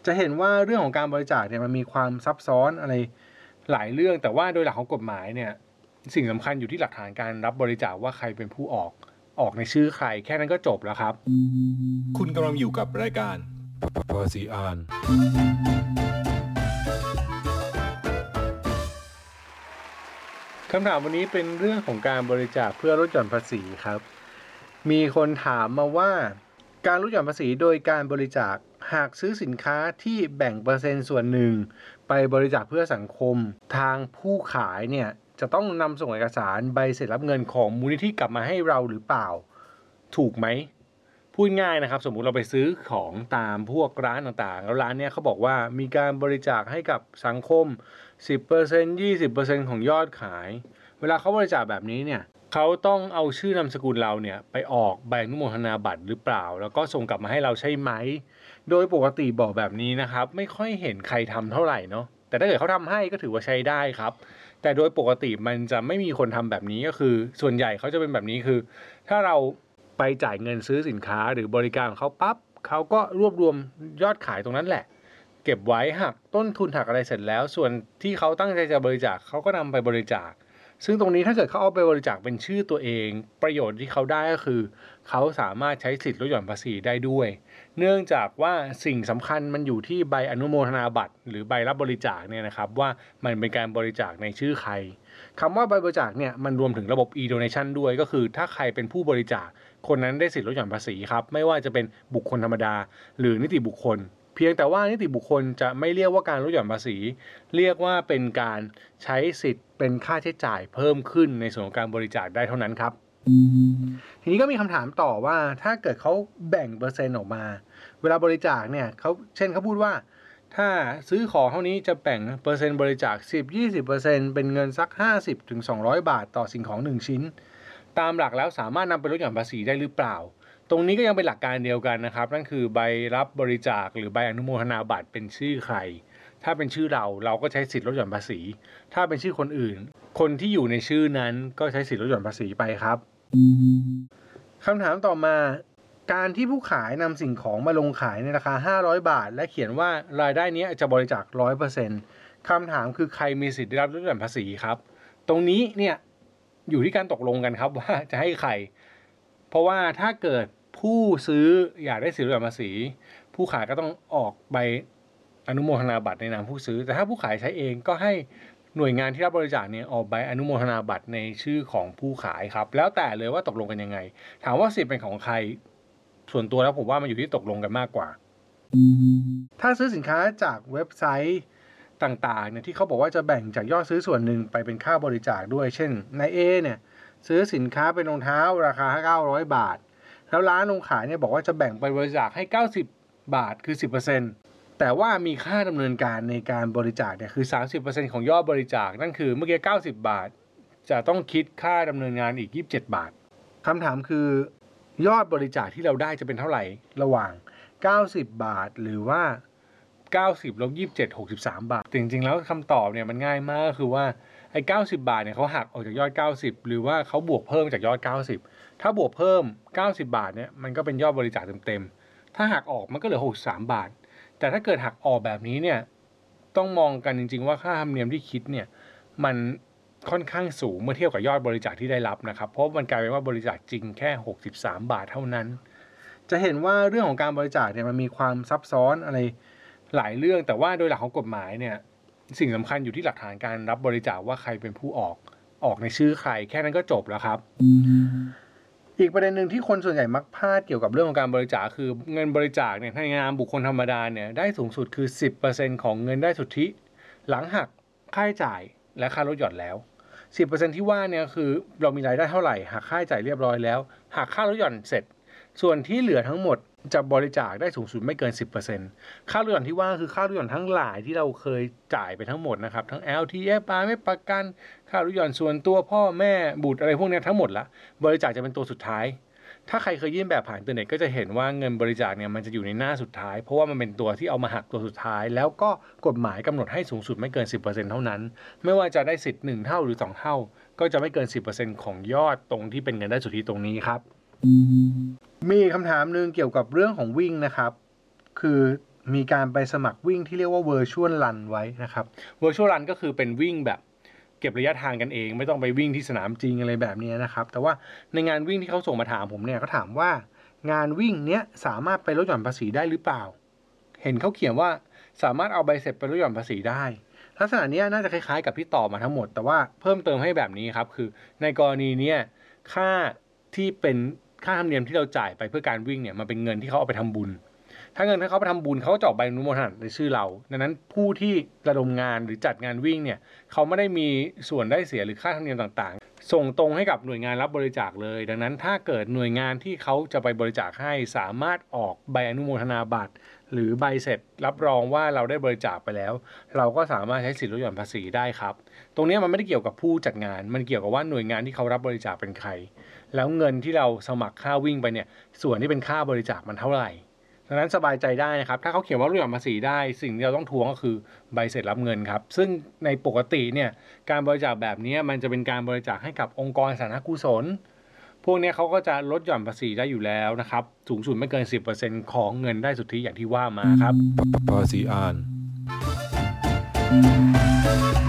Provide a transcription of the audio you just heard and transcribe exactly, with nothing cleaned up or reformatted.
จะเห็นว่าเรื่องของการบริจาคเนี่ยมันมีความซับซ้อนอะไรหลายเรื่องแต่ว่าโดยหลักของกฎหมายเนี่ยสิ่งสำคัญอยู่ที่หลักฐานการรับบริจาคว่าใครเป็นผู้ออกออกในชื่อใครแค่นั้นก็จบแล้วครับคุณกำลังอยู่กับรายการภาษีอ่านคำถามวันนี้เป็นเรื่องของการบริจาคเพื่อลดหย่อนภาษีครับมีคนถามมาว่าการลดหย่อนภาษีโดยการบริจาคหากซื้อสินค้าที่แบ่งเปอร์เซ็นต์ส่วนหนึ่งไปบริจาคเพื่อสังคมทางผู้ขายเนี่ยจะต้องนำส่งเอกสารใบเสร็จรับเงินของมูลนิธิกลับมาให้เราหรือเปล่าถูกไหมพูดง่ายนะครับสมมุติเราไปซื้อของตามพวกร้านต่างๆแล้วร้านเนี้ยเขาบอกว่ามีการบริจาคให้กับสังคม สิบเปอร์เซ็นต์ ยี่สิบเปอร์เซ็นต์ ของยอดขายเวลาเขาบริจาคแบบนี้เนี่ยเขาต้องเอาชื่อนามสกุลเราเนี่ยไปออกใบอนุโมทนาบัตรหรือเปล่าแล้วก็ส่งกลับมาให้เราใช่ไหมโดยปกติบอกแบบนี้นะครับไม่ค่อยเห็นใครทำเท่าไหร่เนาะแต่ถ้าเกิดเขาทำให้ก็ถือว่าใช้ได้ครับแต่โดยปกติมันจะไม่มีคนทำแบบนี้ก็คือส่วนใหญ่เขาจะเป็นแบบนี้คือถ้าเราไปจ่ายเงินซื้อสินค้าหรือบริการของเขาปั๊บเขาก็รวบรวมยอดขายตรงนั้นแหละเก็บไว้หักต้นทุนหักอะไรเสร็จแล้วส่วนที่เขาตั้งใจจะบริจาคเขาก็นำไปบริจาคซึ่งตรงนี้ถ้าเกิดเขาเอาไปบริจาคเป็นชื่อตัวเองประโยชน์ที่เขาได้ก็คือเขาสามารถใช้สิทธิ์ลดหย่อนภาษีได้ด้วยเนื่องจากว่าสิ่งสำคัญมันอยู่ที่ใบอนุโมทนาบัตรหรือใบรับบริจาคเนี่ยนะครับว่ามันเป็นการบริจาคในชื่อใครคำว่าใบบริจาคเนี่ยมันรวมถึงระบบ e-donation ด้วยก็คือถ้าใครเป็นผู้บริจาคคนนั้นได้สิทธิ์ลดหย่อนภาษีครับไม่ว่าจะเป็นบุคคลธรรมดาหรือนิติบุคคลเพียงแต่ว่านิติบุคคลจะไม่เรียกว่าการลดหย่อนภาษีเรียกว่าเป็นการใช้สิทธิ์เป็นค่าใช้จ่ายเพิ่มขึ้นในส่วนของการบริจาคได้เท่านั้นครับทีนี้ก็มีคำถามต่อว่าถ้าเกิดเขาแบ่งเปอร์เซ็นต์ออกมาเวลาบริจาคเนี่ยเขาเช่นเขาพูดว่าถ้าซื้อของเท่านี้จะแบ่งเปอร์เซ็นต์บริจาค สิบถึงยี่สิบเปอร์เซ็นต์ เป็นเงินสัก ห้าสิบถึงสองร้อย บาทต่อสิ่งของหนึ่งชิ้นตามหลักแล้วสามารถนำไปลดหย่อนภาษีได้หรือเปล่าตรงนี้ก็ยังเป็นหลักการเดียวกันนะครับนั่นคือใบรับบริจาคหรือใบอนุโมทนาบัตรเป็นชื่อใครถ้าเป็นชื่อเราเราก็ใช้สิทธิ์ลดหย่อนภาษีถ้าเป็นชื่อคนอื่นคนที่อยู่ในชื่อนั้นก็ใช้สิทธิ์ลดหย่อนภาษีไปครับคำถามต่อมาการที่ผู้ขายนำสิ่งของมาลงขายในราคาห้าร้อยบาทและเขียนว่ารายได้นี้จะบริจาค หนึ่งร้อยเปอร์เซ็นต์ คำถามคือใครมีสิทธิ์ได้รับลดหย่อนภาษีครับตรงนี้เนี่ยอยู่ที่การตกลงกันครับว่าจะให้ใครเพราะว่าถ้าเกิดผู้ซื้ออยากได้สิทธิ์ลดหย่อนภาษีผู้ขายก็ต้องออกใบอนุโมทนาบัตรในนามผู้ซื้อแต่ถ้าผู้ขายใช้เองก็ให้หน่วยงานที่รับบริจาคเนี่ยออกใบอนุโมทนาบัตรในชื่อของผู้ขายครับแล้วแต่เลยว่าตกลงกันยังไงถามว่าสิทธิ์เป็นของใครส่วนตัวแล้วผมว่ามันอยู่ที่ตกลงกันมากกว่าถ้าซื้อสินค้าจากเว็บไซต์ต่างๆเนี่ยที่เขาบอกว่าจะแบ่งจากยอดซื้อส่วนหนึ่งไปเป็นค่าบริจาคด้วยเช่นนาย A เนี่ยซื้อสินค้าเป็นรองเท้าราคาเก้าร้อยบาทแล้วร้านลงขายเนี่ยบอกว่าจะแบ่งไปบริจาคให้เก้าสิบบาทคือ สิบเปอร์เซ็นต์ แต่ว่ามีค่าดำเนินการในการบริจาคเนี่ยคือ สามสิบเปอร์เซ็นต์ ของยอดบริจาคนั่นคือเมื่อกี้เก้าสิบบาทจะต้องคิดค่าดำเนินงานอีกยี่สิบเจ็ดบาทคำถามคือยอดบริจาคที่เราได้จะเป็นเท่าไหร่ระหว่างเก้าสิบบาทหรือว่าเก้าสิบลบยี่สิบเจ็ด หกสิบสามบาทจริงๆแล้วคำตอบเนี่ยมันง่ายมากก็คือว่าไอ้เก้าสิบบาทเนี่ยเขาหักออกจากยอดเก้าสิบหรือว่าเขาบวกเพิ่มจากยอดเก้าสิบถ้าบวกเพิ่มเก้าสิบบาทเนี่ยมันก็เป็นยอดบริจาคเต็มๆถ้าหักออกมันก็เหลือหกสิบสามบาทแต่ถ้าเกิดหักออกแบบนี้เนี่ยต้องมองกันจริงๆว่าค่าธรรมเนียมที่คิดเนี่ยมันค่อนข้างสูงเมื่อเทียบกับยอดบริจาคที่ได้รับนะครับเพราะมันกลายเป็นว่าบริจาคจริงแค่หกสิบสามบาทเท่านั้นจะเห็นว่าเรื่องของการบริจาคเนี่ยมันมีความซับซ้อนอะไรหลายเรื่องแต่ว่าโดยหลักของกฎหมายเนี่ยสิ่งสำคัญอยู่ที่หลักฐานการรับบริจาคว่าใครเป็นผู้ออกออกในชื่อใครแค่นั้นก็จบแล้วครับอีกประเด็นหนึ่งที่คนส่วนใหญ่มักพลาดเกี่ยวกับเรื่องของการบริจาคคือเงินบริจาคเนี่ยในนามบุคคลธรรมดาเนี่ยได้สูงสุดคือ สิบเปอร์เซ็นต์ ของเงินได้สุทธิหลังหักค่าใช้จ่ายและค่าลดหย่อนแล้ว สิบเปอร์เซ็นต์ ที่ว่าเนี่ยคือเรามีรายได้เท่าไหร่หักค่าใช้จ่ายเรียบร้อยแล้วหักค่าลดหย่อนเสร็จส่วนที่เหลือทั้งหมดจะบริจาคได้สูงสุดไม่เกิน สิบเปอร์เซ็นต์ ค่าลดหย่อนที่ว่าคือค่าลดหย่อนทั้งหลายที่เราเคยจ่ายไปทั้งหมดนะครับทั้ง แอล ที เอฟ อาร์ ไม่ประกันค่าลดหย่อนส่วนตัวพ่อแม่บุตรอะไรพวกนี้ทั้งหมดละบริจาคจะเป็นตัวสุดท้ายถ้าใครเคยยื่นแบบผ่านอินเทอร์เน็ตก็จะเห็นว่าเงินบริจาคเนี่ยมันจะอยู่ในหน้าสุดท้ายเพราะว่ามันเป็นตัวที่เอามาหักตัวสุดท้ายแล้วก็กฎหมายกำหนดให้สูงสุดไม่เกิน สิบเปอร์เซ็นต์ เท่านั้นไม่ว่าจะได้สิทธิ์หนึ่งเท่าหรือสองเท่าก็จะไม่เกิน สิบเปอร์เซ็นต์ ของยอดตรงที่เป็นเงินได้สุทธิตรงนี้ครับมีคำถามนึงเกี่ยวกับเรื่องของวิ่งนะครับคือมีการไปสมัครวิ่งที่เรียกว่า virtual run ไว้นะครับ virtual run ก็คือเป็นวิ่งแบบเก็บระยะทางกันเองไม่ต้องไปวิ่งที่สนามจริงอะไรแบบนี้นะครับแต่ว่าในงานวิ่งที่เขาส่งมาถามผมเนี่ยเขาถามว่างานวิ่งเนี้ยสามารถไปลดหย่อนภาษีได้หรือเปล่าเห็นเขาเขียนว่าสามารถเอาใบเสร็จไปลดหย่อนภาษีได้ลักษณะนี้น่าจะคล้ายๆกับที่ตอบมาทั้งหมดแต่ว่าเพิ่มเติมให้แบบนี้ครับคือในกรณีนี้ค่าที่เป็นค่าธรรมเนียมที่เราจ่ายไปเพื่อการวิ่งเนี่ยมันเป็นเงินที่เขาเอาไปทำบุญถ้าเงินที่เขาไปทำบุญเขาจะออกใบอนุโมทนาในชื่อเราดังนั้นผู้ที่ระดมงานหรือจัดงานวิ่งเนี่ยเขาไม่ได้มีส่วนได้เสียหรือค่าธรรมเนียมต่างๆส่งตรงให้กับหน่วยงานรับบริจาคเลยดังนั้นถ้าเกิดหน่วยงานที่เขาจะไปบริจาคให้สามารถออกใบอนุโมทนาบัตรหรือใบเสร็จรับรองว่าเราได้บริจาคไปแล้วเราก็สามารถใช้สิทธิลดหย่อนภาษีได้ครับตรงนี้มันไม่ได้เกี่ยวกับผู้จัดงานมันเกี่ยวกับว่าหน่วยงานที่เขารับบริจาคเป็นใครแล้วเงินที่เราสมัครค่าวิ่งไปเนี่ยส่วนที่เป็นค่าบริจาคมันเท่าไหร่ดังนั้นสบายใจได้นะครับถ้าเขาเขียนว่าลดหย่อนภาษีได้สิ่งที่เราต้องทวงก็คือใบเสร็จรับเงินครับซึ่งในปกติเนี่ยการบริจาคแบบนี้มันจะเป็นการบริจาคให้กับองค์กรสาธารณกุศลพวกนี้เขาก็จะลดหย่อนภาษีได้อยู่แล้วนะครับสูงสุดไม่เกิน สิบเปอร์เซ็นต์ ของเงินได้สุทธิอย่างที่ว่ามาครับภาษีอ่าน